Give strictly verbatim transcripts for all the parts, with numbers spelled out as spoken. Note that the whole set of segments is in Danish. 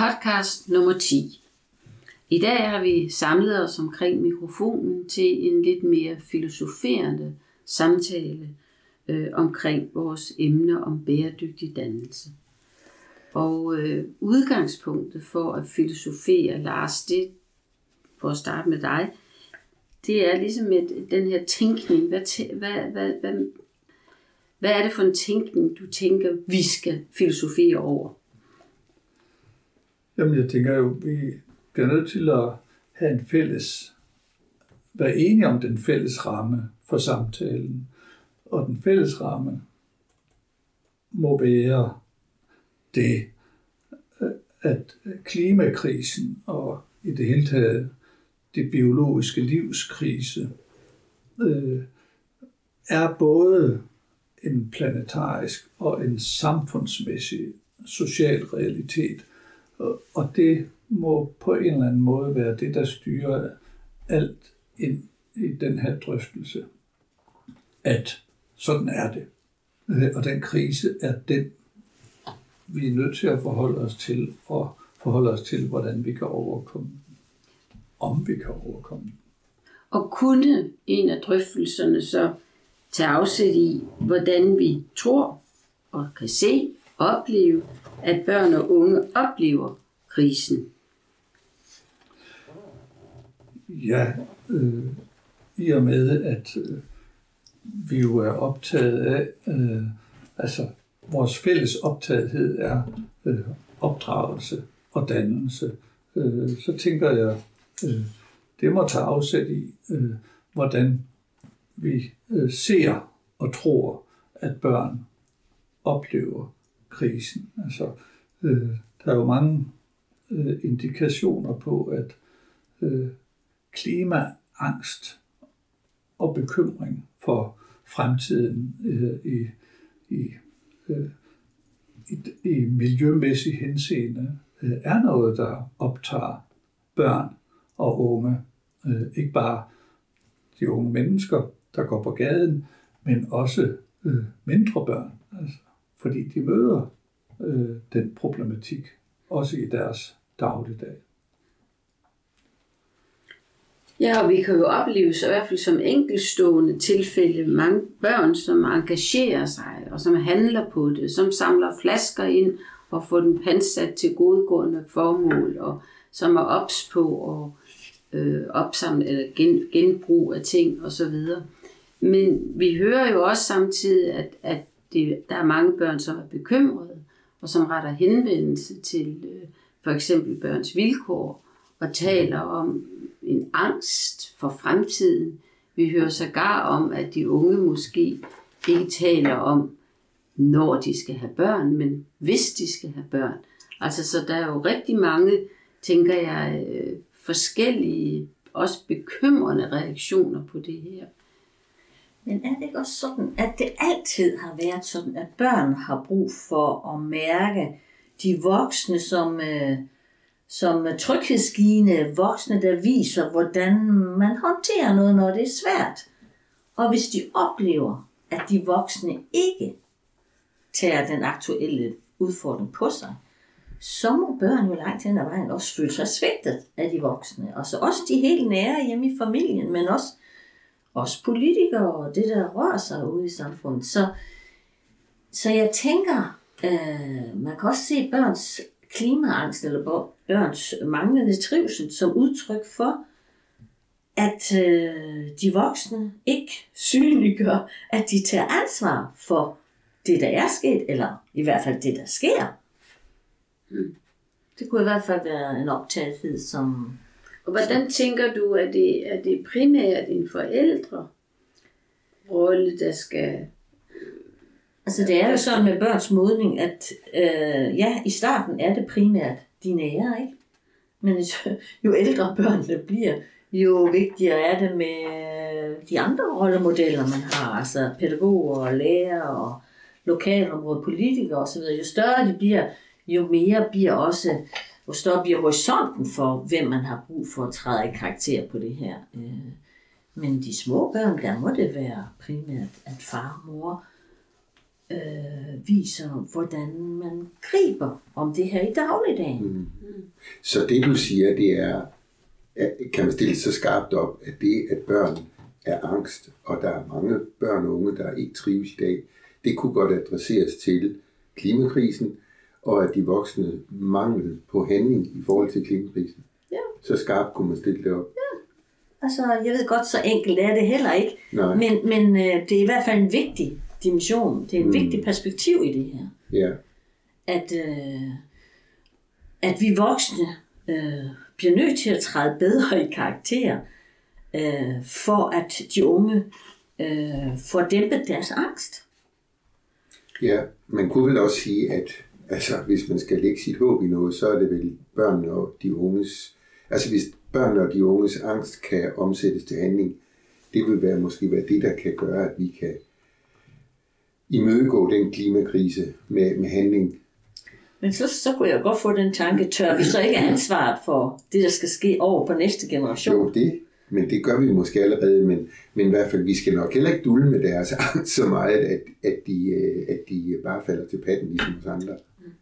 podcast nummer ti. I dag har vi samlet os omkring mikrofonen til en lidt mere filosoferende samtale øh, omkring vores emner om bæredygtig dannelse. Og øh, udgangspunktet for at filosofere, Lars, det for at starte med dig, det er ligesom med den her tænkning. Hvad, tæ- hvad, hvad, hvad, hvad er det for en tænkning, du tænker, vi skal filosofere over? Jamen, jeg tænker jo, vi bliver nødt til at have en fælles, være enige om den fælles ramme for samtalen. Og den fælles ramme må være det, at klimakrisen og i det hele taget det biologiske livskrise øh, er både en planetarisk og en samfundsmæssig social realitet. Og det må på en eller anden måde være det, der styrer alt ind i den her drøftelse. At sådan er det. Og den krise er den, vi er nødt til at forholde os til, og forholde os til, hvordan vi kan overkomme den. Om vi kan overkomme den. Og kunne en af drøftelserne så tage afsæt i, hvordan vi tror og kan se og opleve, at børn og unge oplever krisen? Ja, øh, i og med, at øh, vi jo er optaget af, øh, altså vores fælles optagethed er øh, opdragelse og dannelse, øh, så tænker jeg, øh, det må tage afsæt i, øh, hvordan vi øh, ser og tror, at børn oplever krisen. Altså, øh, der er jo mange øh, indikationer på, at øh, klimaangst og bekymring for fremtiden øh, i, i, øh, i, i miljømæssig henseende øh, er noget, der optager børn og unge. Øh, ikke bare de unge mennesker, der går på gaden, men også øh, mindre børn. Altså, fordi de møder øh, den problematik, også i deres dagligdag. Ja, og vi kan jo opleve, så i hvert fald som enkeltstående tilfælde, mange børn, som engagerer sig, og som handler på det, som samler flasker ind og får den pansat til godgående formål, og som er ops på og øh, opsamle eller gen, genbrug af ting osv. Men vi hører jo også samtidig, at, at det, der er mange børn, som er bekymrede, og som retter henvendelse til øh, for eksempel Børns Vilkår, og taler om en angst for fremtiden. Vi hører sågar om, at de unge måske ikke taler om, når de skal have børn, men hvis de skal have børn. Altså, så der er jo rigtig mange, tænker jeg, forskellige, også bekymrende reaktioner på det her. Men er det ikke også sådan, at det altid har været sådan, at børn har brug for at mærke de voksne som, øh, som tryghedsgivende voksne, der viser, hvordan man håndterer noget, når det er svært. Og hvis de oplever, at de voksne ikke tager den aktuelle udfordring på sig, så må børn jo langt hen ad vejen også føle sig svigtet af de voksne. Og så også de helt nære hjemme i familien, men også, også politikere og det, der rører sig ude i samfundet. Så, så jeg tænker, øh, man kan også se børns klimaangst eller børns manglende trivsel som udtryk for, at øh, de voksne ikke synliggør, at de tager ansvar for det, der er sket, eller i hvert fald det, der sker. Hmm. Det kunne i hvert fald være en optagethed, som... Og hvordan tænker du, at det er det primært en forældre rolle, der skal... Altså det er jo sådan med børns modning, at øh, ja, i starten er det primært de nære, ikke? Men jo ældre børnene bliver, jo vigtigere er det med de andre rollemodeller, man har. Altså pædagoger og lærere og lokalområde, politikere osv. Jo større de bliver, jo mere bliver også, jo større bliver horisonten for, hvem man har brug for at træde i karakter på det her. Men de små børn, der må det være primært, at far og mor øh, viser, hvordan man griber om det her i dagligdagen. Mm. Så det du siger, det er, at, kan man stille så skarpt op, at det, at børn er angst, og der er mange børn og unge, der ikke trives i dag, det kunne godt adresseres til klimakrisen, og at de voksne mangler på handling i forhold til klimakrisen. Ja. Så skarpt kunne man stille det op. Ja. Altså, jeg ved godt, så enkelt er det heller ikke. Nej. Men, men øh, det er i hvert fald en vigtig dimension. Det er en mm. vigtig perspektiv i det her. Ja. At, øh, at vi voksne øh, bliver nødt til at træde bedre i karakter, øh, for at de unge øh, får dæmpet deres angst. Ja, man kunne vel også sige, at altså, hvis man skal lægge sit håb i noget, så er det vel børn og de unges, altså hvis børn og de unges angst kan omsættes til handling, det vil være måske være det, der kan gøre, at vi kan imødegå den klimakrise med, med handling. Men så, så kunne jeg godt få den tanke, tør vi så ikke ansvaret for det, der skal ske over på næste generation? Jo, det, men det gør vi måske allerede, men, men i hvert fald, vi skal nok heller ikke dulme med deres angst så meget, at, at, de, at de bare falder til patten, ligesom os andre.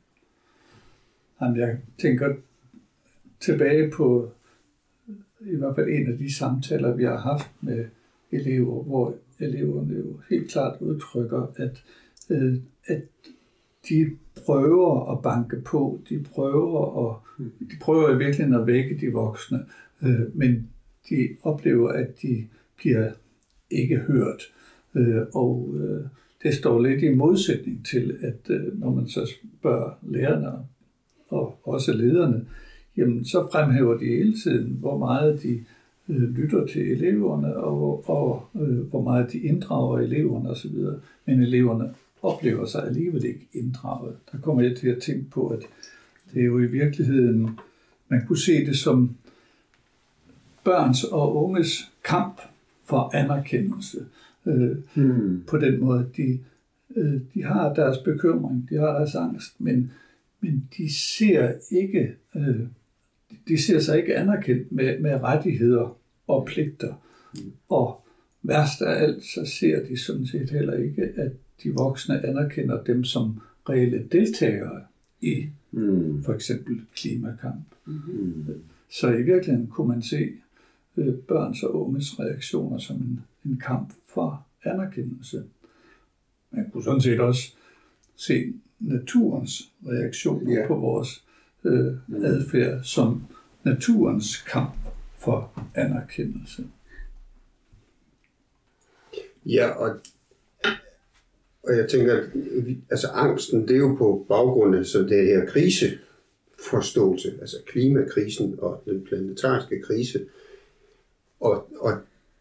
Jamen, jeg tænker tilbage på i hvert fald en af de samtaler, vi har haft med elever, hvor eleverne jo helt klart udtrykker, at, øh, at de prøver at banke på, de prøver, at, de prøver i virkeligheden at vække de voksne, øh, men de oplever, at de bliver ikke hørt. Øh, og øh, det står lidt i modsætning til, at øh, når man så spørger lærerne og også lederne, jamen så fremhæver de hele tiden, hvor meget de øh, lytter til eleverne, og, og øh, hvor meget de inddrager eleverne osv. Men eleverne oplever sig alligevel ikke inddraget. Der kommer jeg til at tænke på, at det er jo i virkeligheden, man kunne se det som børns og unges kamp for anerkendelse. Øh, hmm. På den måde, de, øh, de har deres bekymring, de har deres angst, men, men de ser ikke, øh, de ser sig ikke anerkendt med, med rettigheder og pligter. Hmm. Og værst af alt, så ser de sådan set heller ikke, at de voksne anerkender dem som reelle deltagere i hmm. for eksempel klimakamp. Hmm. Så i virkeligheden kunne man se øh, børns og unges reaktioner som en, en kamp for anerkendelse. Man kunne sådan set også se naturens reaktioner yeah. på vores øh, adfærd som naturens kamp for anerkendelse. Ja, og, og jeg tænker, at altså angsten, det er jo på baggrund af så det her kriseforståelse, altså klimakrisen og den planetariske krise. Og, og,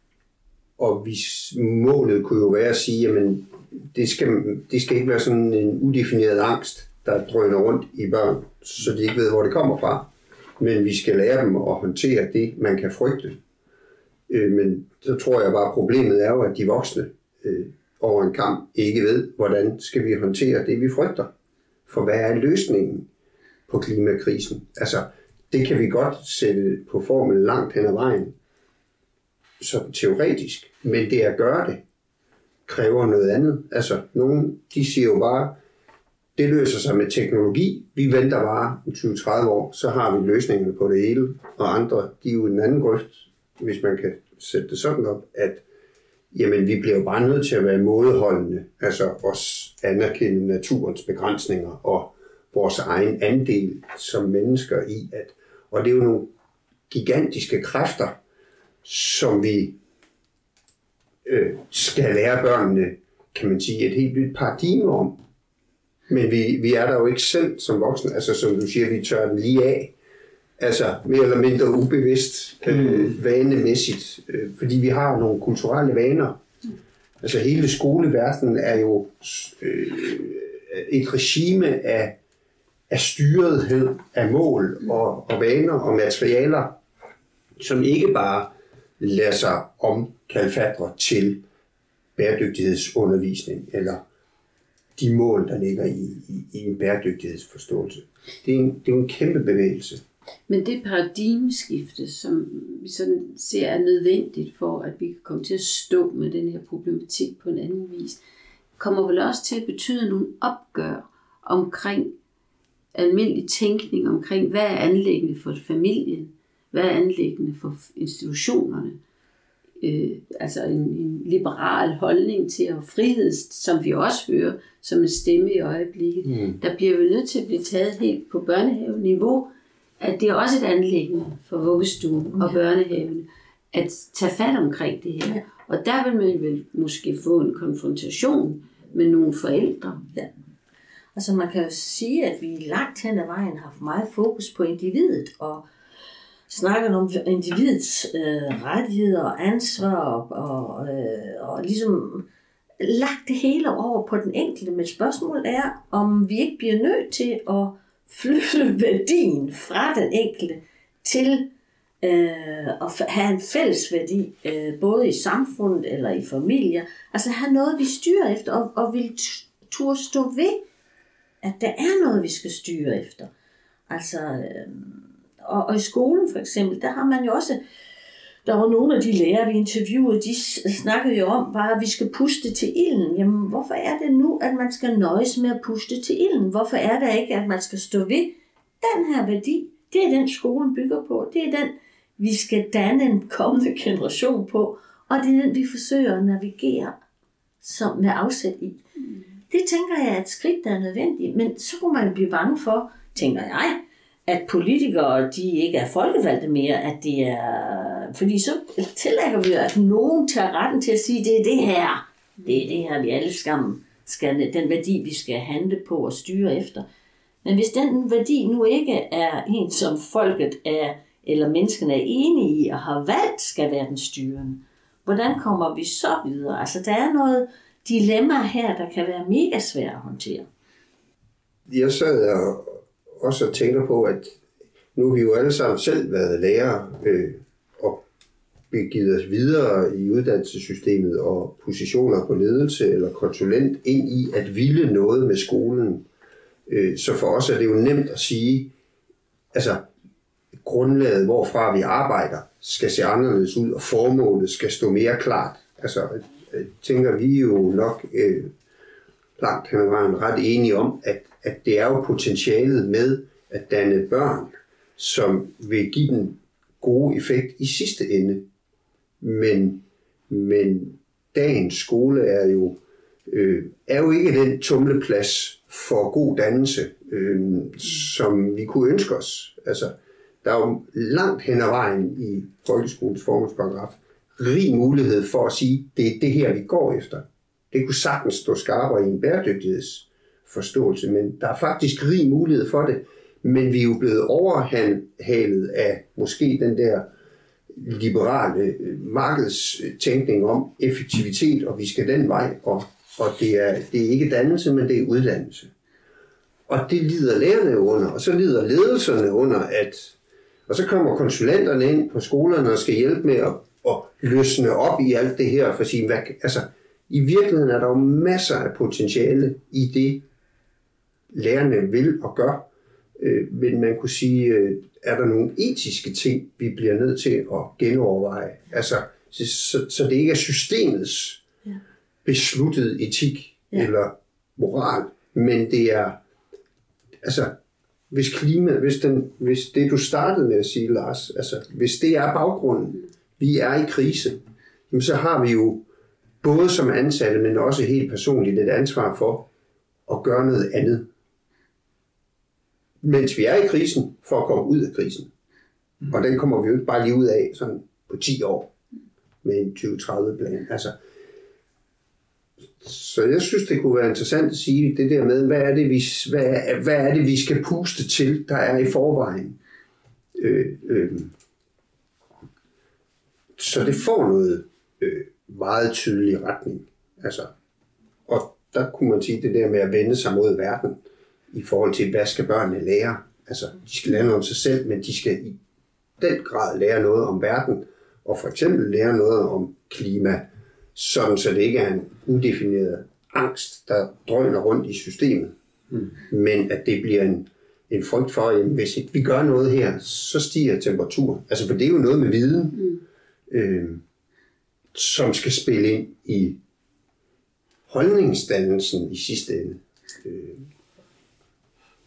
og hvis målet kunne jo være at sige, jamen det skal, det skal ikke være sådan en udefineret angst, der drøner rundt i børn, så de ikke ved, hvor det kommer fra. Men vi skal lære dem at håndtere det, man kan frygte. Øh, men så tror jeg bare, at problemet er jo, at de voksne øh, over en kamp ikke ved, hvordan skal vi håndtere det, vi frygter. For hvad er løsningen på klimakrisen? Altså, det kan vi godt sætte på formel langt hen ad vejen, sådan teoretisk. Men det at gøre det, kræver noget andet. Altså, nogen, de siger jo bare, det løser sig med teknologi. Vi venter bare tyve til tredive år, så har vi løsningerne på det hele. Og andre, de er jo en anden grøft, hvis man kan sætte det sådan op, at jamen, vi bliver jo bare nødt til at være mådeholdende, altså os anerkende naturens begrænsninger og vores egen andel som mennesker i, at, og det er jo nogle gigantiske kræfter, som vi øh, skal lære børnene, kan man sige, et helt nyt paradigme om. Men vi, vi er der jo ikke selv som voksne, altså som du siger, vi tør den lige af, altså mere eller mindre ubevidst, øh, vanemæssigt, øh, fordi vi har nogle kulturelle vaner. Altså hele skoleverdenen er jo øh, et regime af, af styrethed, af mål og, og vaner og materialer, som ikke bare lader sig omkalfatre til bæredygtighedsundervisning eller de mål, der ligger i, i, i en bæredygtighedsforståelse. Det er, en, det er jo en kæmpe bevægelse. Men det paradigmeskifte, som vi sådan ser er nødvendigt for, at vi kan komme til at stå med den her problematik på en anden vis, kommer vel også til at betyde nogle opgør omkring almindelig tænkning omkring, hvad er anliggende for familien, hvad er anliggende for institutionerne. Øh, altså en, en liberal holdning til og frihed, som vi også hører som en stemme i øjeblikket. Mm. Der bliver jo nødt til at blive taget helt på børnehaveniveau, at det er også et anliggende for vuggestuen og børnehaven at tage fat omkring det her. Ja. Og der vil man vel måske få en konfrontation med nogle forældre. Ja. Altså man kan jo sige, at vi langt hen ad vejen har haft meget fokus på individet og snakker om individets øh, rettigheder og ansvar og, og, øh, og ligesom lagt det hele over på den enkelte. Men spørgsmålet er, om vi ikke bliver nødt til at flytte værdien fra den enkelte til øh, at have en fælles værdi, øh, både i samfundet eller i familier. Altså have noget, vi styrer efter, og, og vil turde stå ved, at der er noget, vi skal styre efter. Altså... Øh, Og, og i skolen for eksempel, der har man jo også, der var nogle af de lærere, vi interviewede, de snakkede jo om, bare at vi skal puste til ilden. Jamen, hvorfor er det nu, at man skal nøjes med at puste til ilden? Hvorfor er det ikke, at man skal stå ved den her værdi? Det er den, skolen bygger på. Det er den, vi skal danne en kommende generation på. Og det er den, vi forsøger at navigere som med afsæt i. Det tænker jeg er et skridt, der er nødvendigt. Men så kunne man blive bange for, tænker jeg, at politikere, de ikke er folkevalgte mere, at det er, fordi så tillægger vi, at nogen tager retten til at sige, det er det her, det er det her, vi alle sammen skal, den værdi, vi skal handle på og styre efter. Men hvis den værdi nu ikke er en, som folket er, eller menneskene er enige i og har valgt, skal være den styrende, hvordan kommer vi så videre? Altså, der er noget dilemma her, der kan være mega svært at håndtere. Jeg sad og også og tænker på, at nu har vi jo alle sammen selv været lærere øh, og begivet os videre i uddannelsessystemet og positioner på ledelse eller konsulent ind i at ville noget med skolen. Øh, så for os er det jo nemt at sige, altså grundlaget, hvorfra vi arbejder, skal se anderledes ud, og formålet skal stå mere klart. Altså jeg tænker, vi er jo nok øh, langt hen ad vejen ret enige om, at at det er jo potentialet med at danne børn, som vil give den gode effekt i sidste ende. Men, men dagens skole er jo, øh, er jo ikke den tumleplads for god dannelse, øh, som vi kunne ønske os. Altså, der er jo langt hen ad vejen i folkeskolens formålsparagraf rig mulighed for at sige, det er det her, vi går efter. Det kunne sagtens stå skarpere i en bæredygtigheds forståelse, men der er faktisk rig mulighed for det, men vi er jo blevet overhalet af måske den der liberale markedstænkning om effektivitet, og vi skal den vej, og, og det, er, det er ikke dannelse, men det er uddannelse. Og det lider lærerne under, og så lider ledelserne under, at, og så kommer konsulenterne ind på skolerne og skal hjælpe med at, at løsne op i alt det her, for at sige, hvad, altså, i virkeligheden er der jo masser af potentiale i det, lærerne vil og gør, øh, men man kunne sige, øh, er der nogle etiske ting, vi bliver nødt til at genoverveje, altså, så, så, så det ikke er systemets ja. besluttede etik ja. eller moral, men det er, altså, hvis klima, hvis, den, hvis det du startede med at sige, Lars, altså, hvis det er baggrunden, vi er i krise, så har vi jo både som ansatte, men også helt personligt et ansvar for at gøre noget andet, mens vi er i krisen, for at komme ud af krisen. Mm. Og den kommer vi jo ikke bare lige ud af sådan på ti år med en tyve tredive plan. Altså, så jeg synes, det kunne være interessant at sige det der med, hvad er det, vi, hvad er, hvad er det, vi skal puste til, der er i forvejen. Øh, øh, så det får noget øh, meget tydelig retning. Altså, og der kunne man sige det der med at vende sig mod verden, i forhold til, hvad skal børnene lære? Altså, de skal lære noget om sig selv, men de skal i den grad lære noget om verden, og for eksempel lære noget om klima, sådan så det ikke er en udefineret angst, der drøner rundt i systemet, mm. men at det bliver en, en frygt for, at hvis ikke vi gør noget her, så stiger temperaturen. Altså, for det er jo noget med viden, mm. øh, som skal spille ind i holdningsdannelsen i sidste ende. Øh,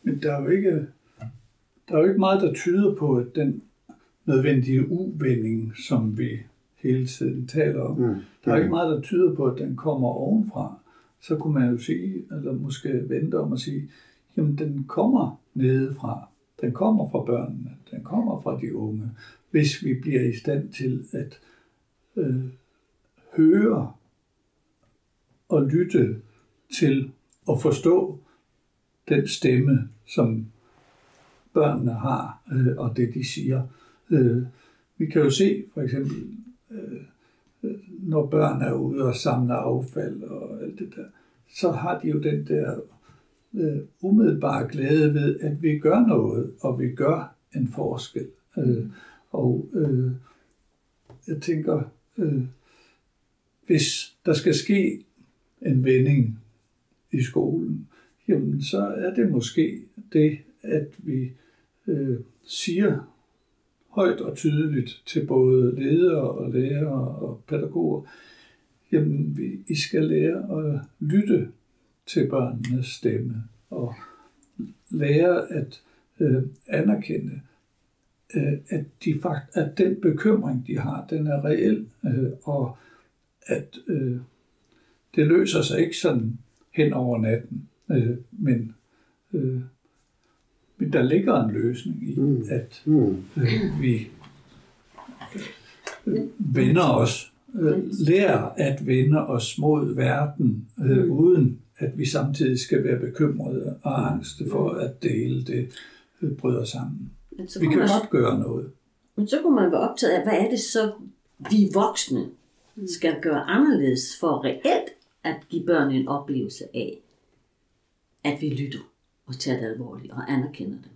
Men der er jo ikke, der er jo ikke meget, der tyder på, at den nødvendige uvending, som vi hele tiden taler om, mm. der er ikke meget, der tyder på, at den kommer ovenfra. Så kunne man jo sige, eller måske vente om at sige, jamen den kommer nedefra. Den kommer fra børnene. Den kommer fra de unge. Hvis vi bliver i stand til at øh, høre og lytte til at forstå den stemme, som børnene har, øh, og det de siger. Øh, vi kan jo se, for eksempel, øh, når børn er ude og samler affald og alt det der, så har de jo den der øh, umiddelbare glæde ved, at vi gør noget, og vi gør en forskel. Øh, og øh, jeg tænker, øh, hvis der skal ske en vending i skolen, jamen så er det måske det, at vi øh, siger højt og tydeligt til både ledere og lærere og pædagoger, jamen vi, I skal lære at lytte til børnenes stemme og lære at øh, anerkende, øh, at, de fakt, at den bekymring, de har, den er reel, øh, og at øh, det løser sig ikke sådan hen over natten, øh, men, øh, men der ligger en løsning i, mm. at øh, vi øh, vender os, øh, lærer at vende os mod verden, øh, uden at vi samtidig skal være bekymrede og angste for, at det hele det øh, bryder sammen. Vi kan man, godt gøre noget. Men så kunne man være optaget af, hvad er det så, vi voksne skal gøre anderledes for reelt at give børn en oplevelse af, at vi lytter og tager det alvorligt og anerkender det.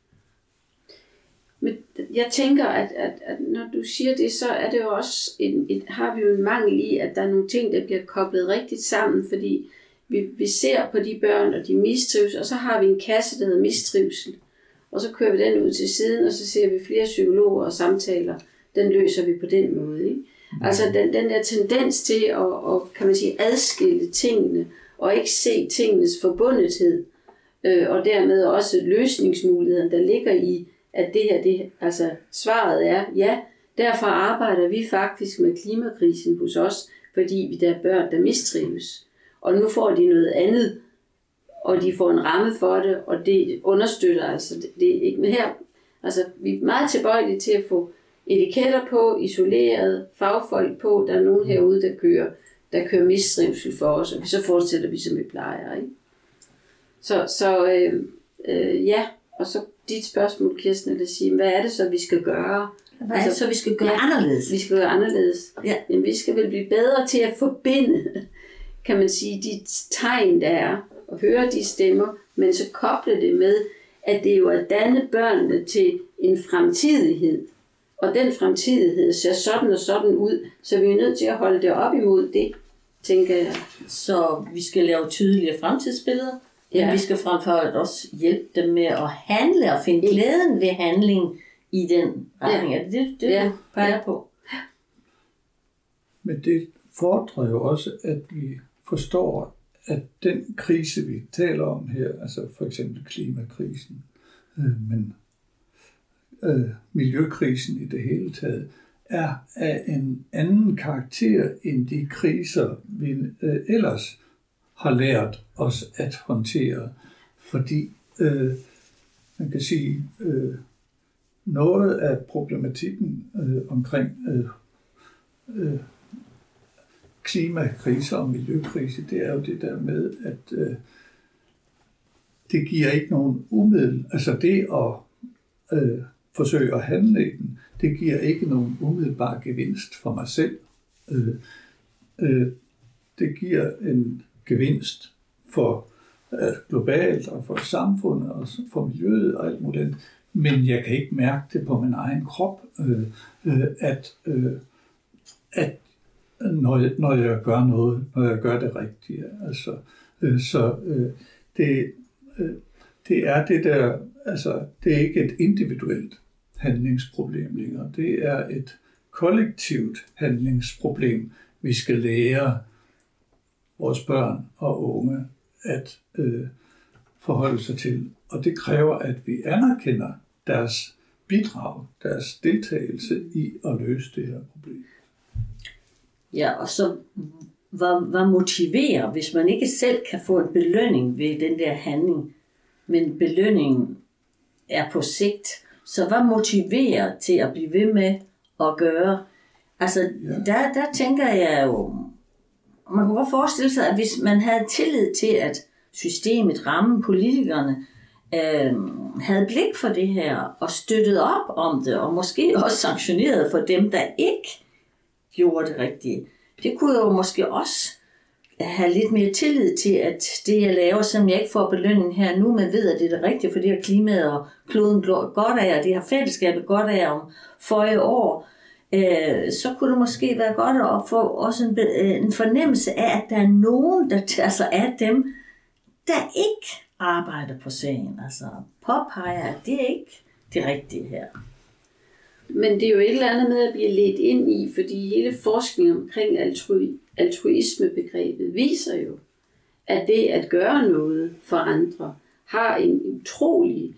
Men jeg tænker, at, at, at når du siger det, så er det jo også en, et, har vi jo en mangel i, at der er nogle ting, der bliver koblet rigtigt sammen, fordi vi, vi ser på de børn, og de mistrives, og så har vi en kasse, der hedder mistrivsel, og så kører vi den ud til siden, og så ser vi flere psykologer og samtaler. Den løser vi på den måde, ikke? Altså den, den der tendens til at, at kan man sige, adskille tingene, og ikke se tingenes forbundethed, øh, og dermed også løsningsmuligheden, der ligger i, at det her, det, altså svaret er, ja, derfor arbejder vi faktisk med klimakrisen hos os, fordi vi der er børn, der mistrives. Og nu får de noget andet, og de får en ramme for det, og det understøtter altså, det, det er ikke med her, altså vi er meget tilbøjelige til at få etiketter på, isoleret, fagfolk på, der er nogen herude, der kører, der kører mistrivsel for os, og så fortsætter vi, som vi plejer, ikke? Så, så øh, øh, ja, og så dit spørgsmål, Kirsten, at sige, hvad er det så, vi skal gøre? Hvad er det så, vi skal gøre ja, anderledes? Vi skal gøre anderledes. Ja. Jamen, vi skal vel blive bedre til at forbinde, kan man sige, de tegn, der er, og høre de stemmer, men så koble det med, at det jo er at danne børnene til en fremtidighed. Og den fremtidighed ser sådan og sådan ud, så vi er nødt til at holde det op imod det, tænker jeg. Så vi skal lave tydelige fremtidsbilleder, ja. Men vi skal frem for alt også hjælpe dem med at handle og finde glæden ved handling i den retning. Ja. Er det det, det ja. du peger ja. på? Men det fordrer jo også, at vi forstår, at den krise, vi taler om her, altså for eksempel klimakrisen, øh, men øh, miljøkrisen i det hele taget, er af en anden karakter end de kriser, vi øh, ellers har lært os at håndtere. Fordi øh, man kan sige, øh, noget af problematikken øh, omkring øh, øh, klimakrise og miljøkrise, det er jo det der med, at øh, det giver ikke nogen umiddel, altså det at øh, forsøge at handle i den, det giver ikke nogen umiddelbar gevinst for mig selv. Øh, øh, det giver en gevinst for øh, globalt og for samfundet og for miljøet og alt muligt, men jeg kan ikke mærke det på min egen krop, øh, øh, at, øh, at når jeg, når jeg gør noget, når jeg gør det rigtige. Altså, øh, så øh, det, øh, det er det der, altså det er ikke et individuelt handlingsproblem længere. Det er et kollektivt handlingsproblem. Vi skal lære vores børn og unge at øh, forholde sig til, Og det kræver, at vi anerkender deres bidrag, deres deltagelse i at løse det her problem. Ja, og så hvad, hvad motiverer, hvis man ikke selv kan få en belønning ved den der handling, men belønningen er på sigt, så hvad motiverer til at blive ved med at gøre? Altså, ja. der, der tænker jeg jo, man kan godt forestille sig, at hvis man havde tillid til, at systemet, rammen, politikerne, øh, havde blik for det her, og støttet op om det, og måske også sanktioneret for dem, der ikke gjorde det rigtige. Det kunne jo måske også have lidt mere tillid til, at det jeg laver, som jeg ikke får belønning her nu, men ved, at det er det rigtige, for det har klimaet og kloden godt af, og det har fællesskabet godt af om forrige år, øh, så kunne det måske være godt at få også en, en fornemmelse af, at der er nogen, der tager sig af dem, der ikke arbejder på sagen. Altså påpeger, at det er ikke det rigtige her. Men det er jo et eller andet med at blive ledt ind i, fordi hele forskningen omkring altru- altruismebegrebet viser jo, at det at gøre noget for andre har en utrolig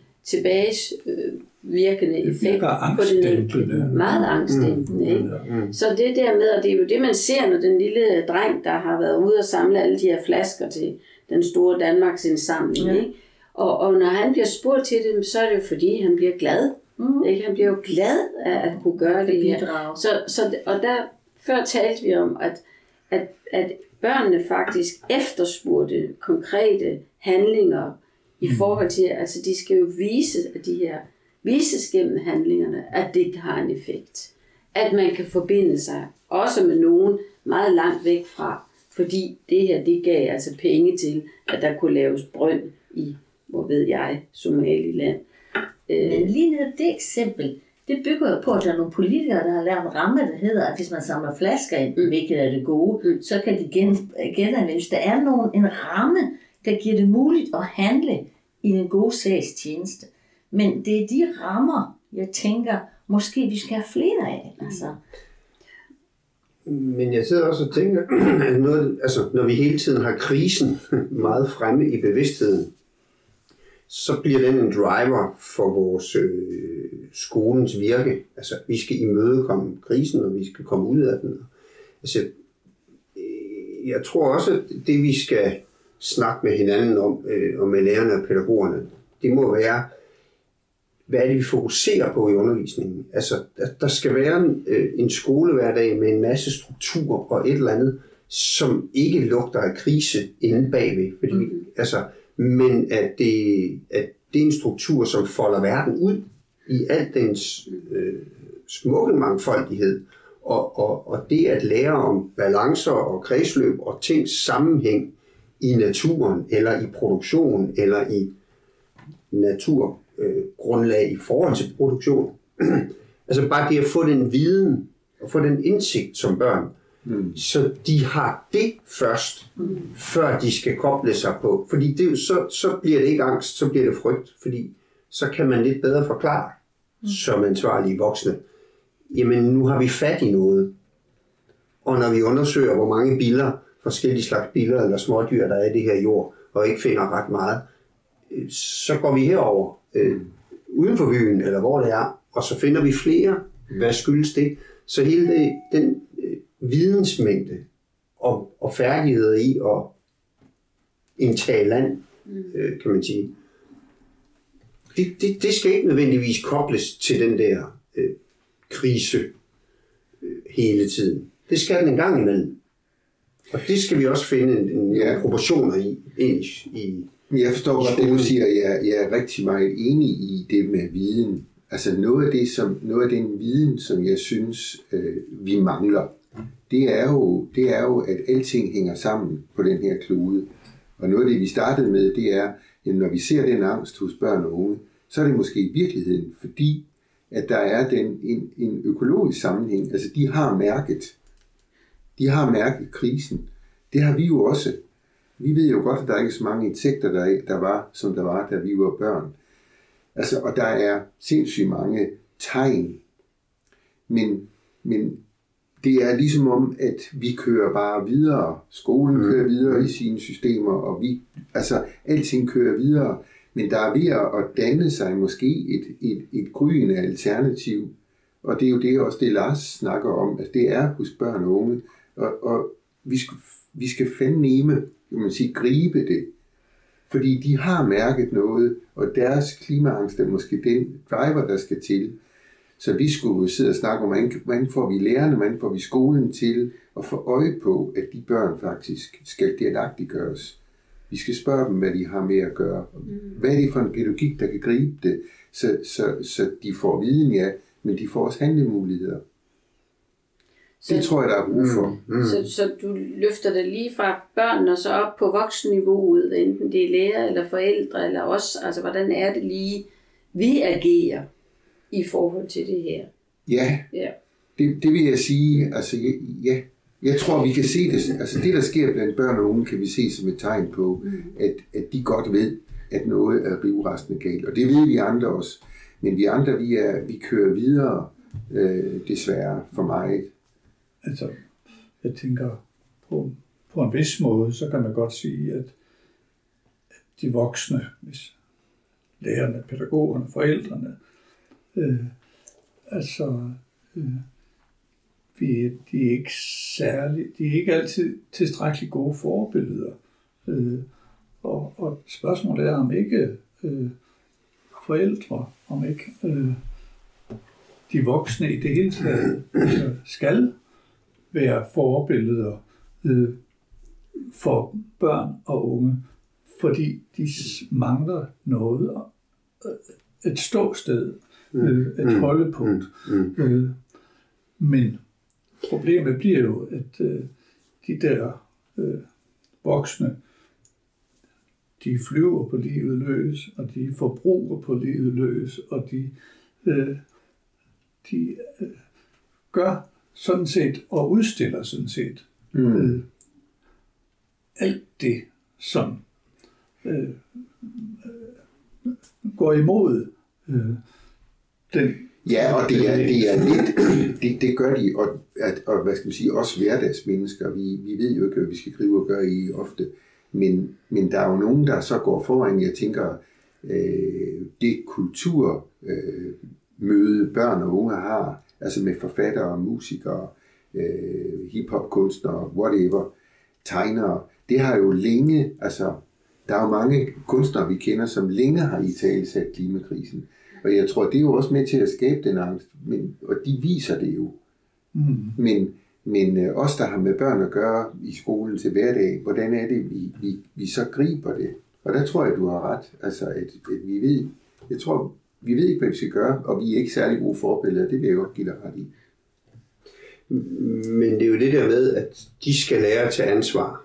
tilbagevirkende effekt på den enkelte. Meget angstdæmpende. Ikke? Så det der med, og det er jo det, man ser, når den lille dreng, der har været ude og samle alle de her flasker til den store Danmarks indsamling, ja. Ikke? Og, og når han bliver spurgt til det, så er det jo fordi, han bliver glad. Mm. Ikke? Han bliver jo glad af at kunne gøre det her. Så, så, og der før talte vi om, at, at, at børnene faktisk efterspurgte konkrete handlinger i forhold til, altså de skal jo vise, at de her vises gennem handlingerne, at det har en effekt. At man kan forbinde sig også med nogen meget langt væk fra, fordi det her, det gav altså penge til, at der kunne laves brønd i, hvor ved jeg, Somaliland. Men lige netop det eksempel, det bygger jo på, at der er nogle politikere, der har lavet en ramme, der hedder, at hvis man samler flasker ind, mm. hvilket er det gode, mm. så kan de gen, genanvendes. Der er nogen, en ramme, der giver det muligt at handle i en god sags tjeneste. Men det er de rammer, jeg tænker, måske vi skal have flere af. Altså. Men jeg sidder også og tænker, at noget, altså, når vi hele tiden har krisen meget fremme i bevidstheden, så bliver den en driver for vores øh, skolens virke. Altså, vi skal imødekomme krisen, og vi skal komme ud af den. Altså, øh, jeg tror også, at det vi skal snakke med hinanden om, øh, og med lærerne og pædagogerne, det må være, hvad er det, vi fokuserer på i undervisningen? Altså, der, der skal være en, øh, en skolehverdag med en masse struktur og et eller andet, som ikke lugter af krise inde bagved. Fordi, mm. altså, men at det, at det er en struktur, som folder verden ud i al dens øh, smukke mangfoldighed. Og, og, og det at lære om balancer og kredsløb og tings sammenhæng i naturen, eller i produktion, eller i naturgrundlag øh, i forhold til produktion. Altså bare det at få den viden og få den indsigt som børn, mm. så de har det først, mm. før de skal koble sig på. Fordi det, så, så bliver det ikke angst, så bliver det frygt, fordi så kan man lidt bedre forklare mm. som ansvarlige voksne. Jamen nu har vi fat i noget. Og når vi undersøger, hvor mange biller, forskellige slags biller eller smådyr, der er i det her jord, og ikke finder ret meget, så går vi herover øh, uden for byen, eller hvor det er, og så finder vi flere. Hvad skyldes det? Så hele det, den øh, vidensmængde og, og færdigheder i at indtage land, øh, kan man sige, det, det, det skal ikke nødvendigvis kobles til den der øh, krise øh, hele tiden. Det skal den en gang imellem. Og det skal vi også finde en, en ja. proportioner i. i, i Jeg forstår godt det, du siger. Jeg, jeg er rigtig meget enig i det med viden. Altså noget af, det, som, noget af den viden, som jeg synes, øh, vi mangler, det er, jo, det er jo, at alting hænger sammen på den her klode. Og noget af det, vi startede med, det er, at når vi ser den angst hos børn og unge, så er det måske i virkeligheden, fordi at der er den, en, en økologisk sammenhæng. Altså de har mærket, de har mærket krisen. Det har vi jo også. Vi ved jo godt, at der ikke er så mange insekter, der, der var, som der var, da vi var børn. Altså, og der er sindssygt mange tegn. Men, men det er ligesom om, at vi kører bare videre. Skolen kører videre i sine systemer, og vi, altså, alting kører videre. Men der er ved at danne sig måske et, et, et gryende alternativ, og det er jo det også det, Lars snakker om, at det er hos børn og unge, og, og vi skal, vi skal fandme, kan man sige, gribe det, fordi de har mærket noget, og deres klimaangst er måske den driver, der skal til. Så vi skulle sidde og snakke om, hvordan får vi lærerne, hvordan får vi skolen til at få øje på, at de børn faktisk skal delagtiggøres. Vi skal spørge dem, hvad de har med at gøre. Hvad er det for en pædagogik, der kan gribe det, så, så, så de får viden, ja, men de får også handlemuligheder. Så, det tror jeg, der er brug for. Mm, mm. Så, så du løfter det lige fra børn og så op på voksenniveauet, enten det er lærer eller forældre eller os. Altså, hvordan er det lige, vi agerer i forhold til det her? Ja, ja. Det, det vil jeg sige. Altså, ja, ja. Jeg tror, vi kan se det. Altså, det, der sker blandt børn og unge, kan vi se som et tegn på, mm. at, at de godt ved, at noget er rivrastende galt. Og det ved vi andre også. Men vi andre, vi, er, vi kører videre, øh, desværre for mig. Altså, jeg tænker, på, på en vis måde, så kan man godt sige, at, at de voksne, hvis lærerne, pædagogerne, forældrene, øh, altså, øh, vi, de er ikke særlig, de er ikke altid tilstrækkeligt gode forbilleder. Øh, og, og spørgsmålet er, om ikke øh, forældre, om ikke øh, de voksne i det hele taget altså, skal være forbilleder øh, for børn og unge, fordi de mangler noget, et ståsted, øh, et holdepunkt. Øh, men problemet bliver jo, at øh, de der øh, voksne, de flyver på livet løs, og de forbruger på livet løs, og de, øh, de øh, gør sådan set, og udstiller sådan set mm. øh, alt det, som øh, øh, går imod øh, den. Ja, og det er, det er lidt, det, det gør de, og, at, og hvad skal man sige, også hverdagsmennesker. Vi, vi ved jo ikke, hvad vi skal gribe og gøre i ofte, men, men der er jo nogen, der så går foran. Jeg tænker, øh, det kulturmøde øh, børn og unge har, altså med forfattere, musikere, øh, hiphop-kunstnere, whatever, tegnere, det har jo længe, altså der er jo mange kunstnere, vi kender, som længe har italesat klimakrisen. Og jeg tror, det er jo også med til at skabe den angst, men, og de viser det jo. Mm. Men, men øh, os, der har med børn at gøre i skolen til hverdag, hvordan er det, vi, vi, vi så griber det? Og der tror jeg, du har ret. Altså, at, at vi ved, jeg tror, vi ved ikke, hvad vi skal gøre, og vi er ikke særlig gode forbilleder. Det vil jeg godt give dig ret i. Men det er jo det der med, at de skal lære at tage ansvar.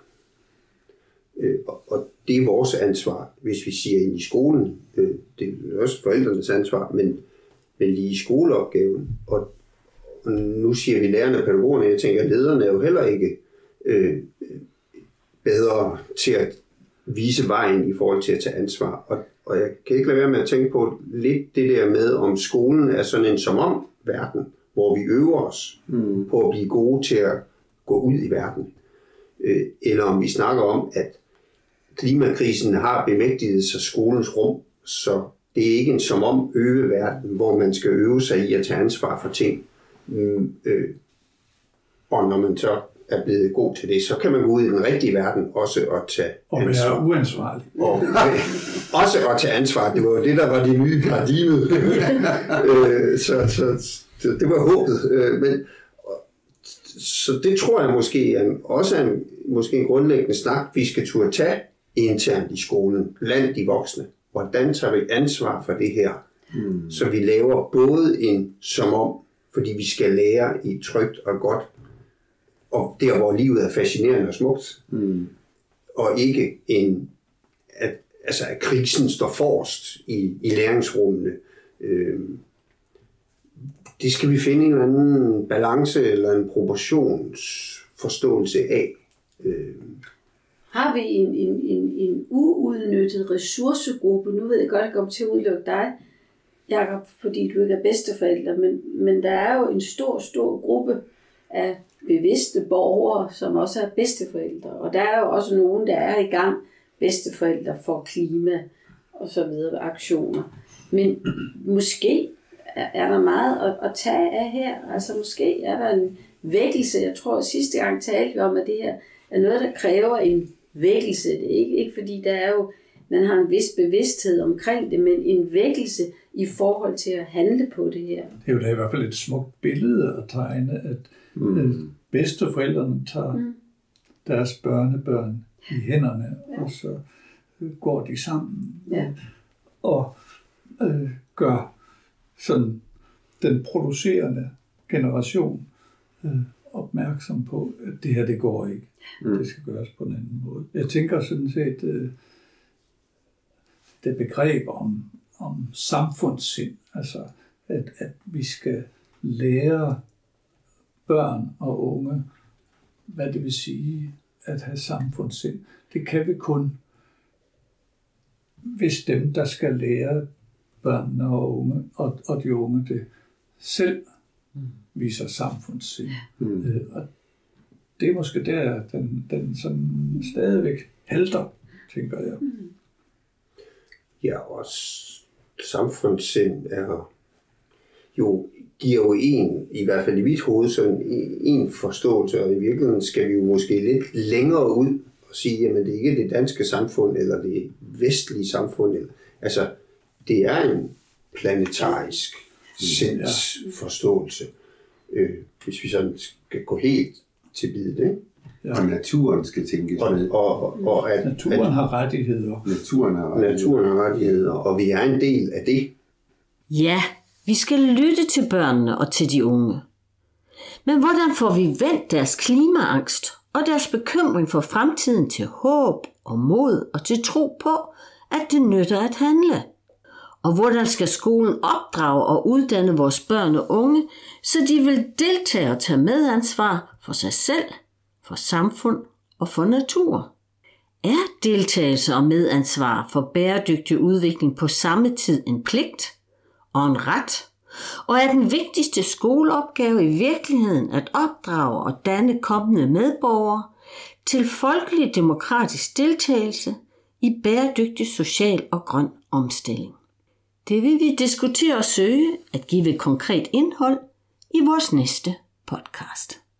Og det er vores ansvar, hvis vi siger ind i skolen. Det er også forældrenes ansvar, men, men lige i skoleopgaven. Og, og nu siger vi lærerne og pædagogerne, jeg tænker, at lederne er jo heller ikke øh, bedre til at vise vejen i forhold til at tage ansvar. Og, og jeg kan ikke lade være med at tænke på lidt det der med, om skolen er sådan en som om verden, hvor vi øver os mm. på at blive gode til at gå ud i verden. Øh, eller om vi snakker om, at klimakrisen har bemægtiget sig skolens rum, så det er ikke en som om øveverden, hvor man skal øve sig i at tage ansvar for ting. Mm, øh, og når man så er blevet god til det, så kan man gå ud i den rigtige verden også og tage og ansvar. Og være uansvarlig. Og øh, også at tage ansvar. Det var jo det, der var det nye paradigme. øh, så, så, så det var håbet. Øh, men, så det tror jeg måske er også er en, måske en grundlæggende snak, vi skal turde tage internt i skolen, blandt de voksne. Hvordan tager vi ansvar for det her? Mm. Så vi laver både en som om, fordi vi skal lære i trygt og godt, og der hvor livet er fascinerende og smukt, mm. og ikke en, at, altså at krisen står forrest i, i læringsrummene. Øh, det skal vi finde en eller anden balance eller en proportionsforståelse af. Øh, Har vi en, en, en, en uudnyttet ressourcegruppe? Nu ved jeg godt, at jeg kommer til at udelukke dig, Jakob, fordi du ikke er bedsteforælder, men, men der er jo en stor, stor gruppe af bevidste borgere, som også er bedsteforældre. Og der er jo også nogen, der er i gang bedsteforældre for klima. og så videre aktioner. Men måske er der meget at, at tage af her. Altså måske er der en vækkelse. Jeg tror, at sidste gang talte vi om, at det her er noget, der kræver en vækkelse. Det er ikke, ikke fordi der er jo, man har en vis bevidsthed omkring det, men en vækkelse i forhold til at handle på det her. Det er jo da i hvert fald et smukt billede at tegne, at mm. bedsteforældrene tager mm. deres børnebørn i hænderne, ja. Og så går de sammen ja. og øh, gør sådan den producerende generation øh, opmærksom på, at det her, det går ikke. Mm. Det skal gøres på en anden måde. Jeg tænker sådan set, øh, det begreb om, om samfundssind, altså at, at vi skal lære børn og unge, hvad det vil sige at have samfundssind. Det kan vi kun, hvis dem, der skal lære børnene og unge, og, og de unge det selv viser samfundssind. Mm. Øh, og det er måske der, den, den sådan stadigvæk halter, tænker jeg. Mm. Ja, og samfundssind er jo, giver jo en, i hvert fald i mit hoved, sådan en forståelse, og i virkeligheden skal vi jo måske lidt længere ud og sige, jamen det er ikke det danske samfund, eller det vestlige samfund. Eller, altså, det er en planetarisk sindsforståelse, øh, hvis vi sådan skal gå helt til biddet, ikke? Ja. Og naturen skal tænkes og, med. Og, og, og at, naturen at, har rettigheder. Naturen har rettigheder. Naturen har rettigheder, og vi er en del af det. Ja, vi skal lytte til børnene og til de unge. Men hvordan får vi vendt deres klimaangst og deres bekymring for fremtiden til håb og mod og til tro på, at det nytter at handle? Og hvordan skal skolen opdrage og uddanne vores børn og unge, så de vil deltage og tage medansvar for sig selv, for samfund og for natur? Er deltagelse og medansvar for bæredygtig udvikling på samme tid en pligt og en ret? Og er den vigtigste skoleopgave i virkeligheden at opdrage og danne kommende medborgere til folkelig demokratisk deltagelse i bæredygtig social og grøn omstilling? Det vil vi diskutere og søge at give konkret indhold i vores næste podcast.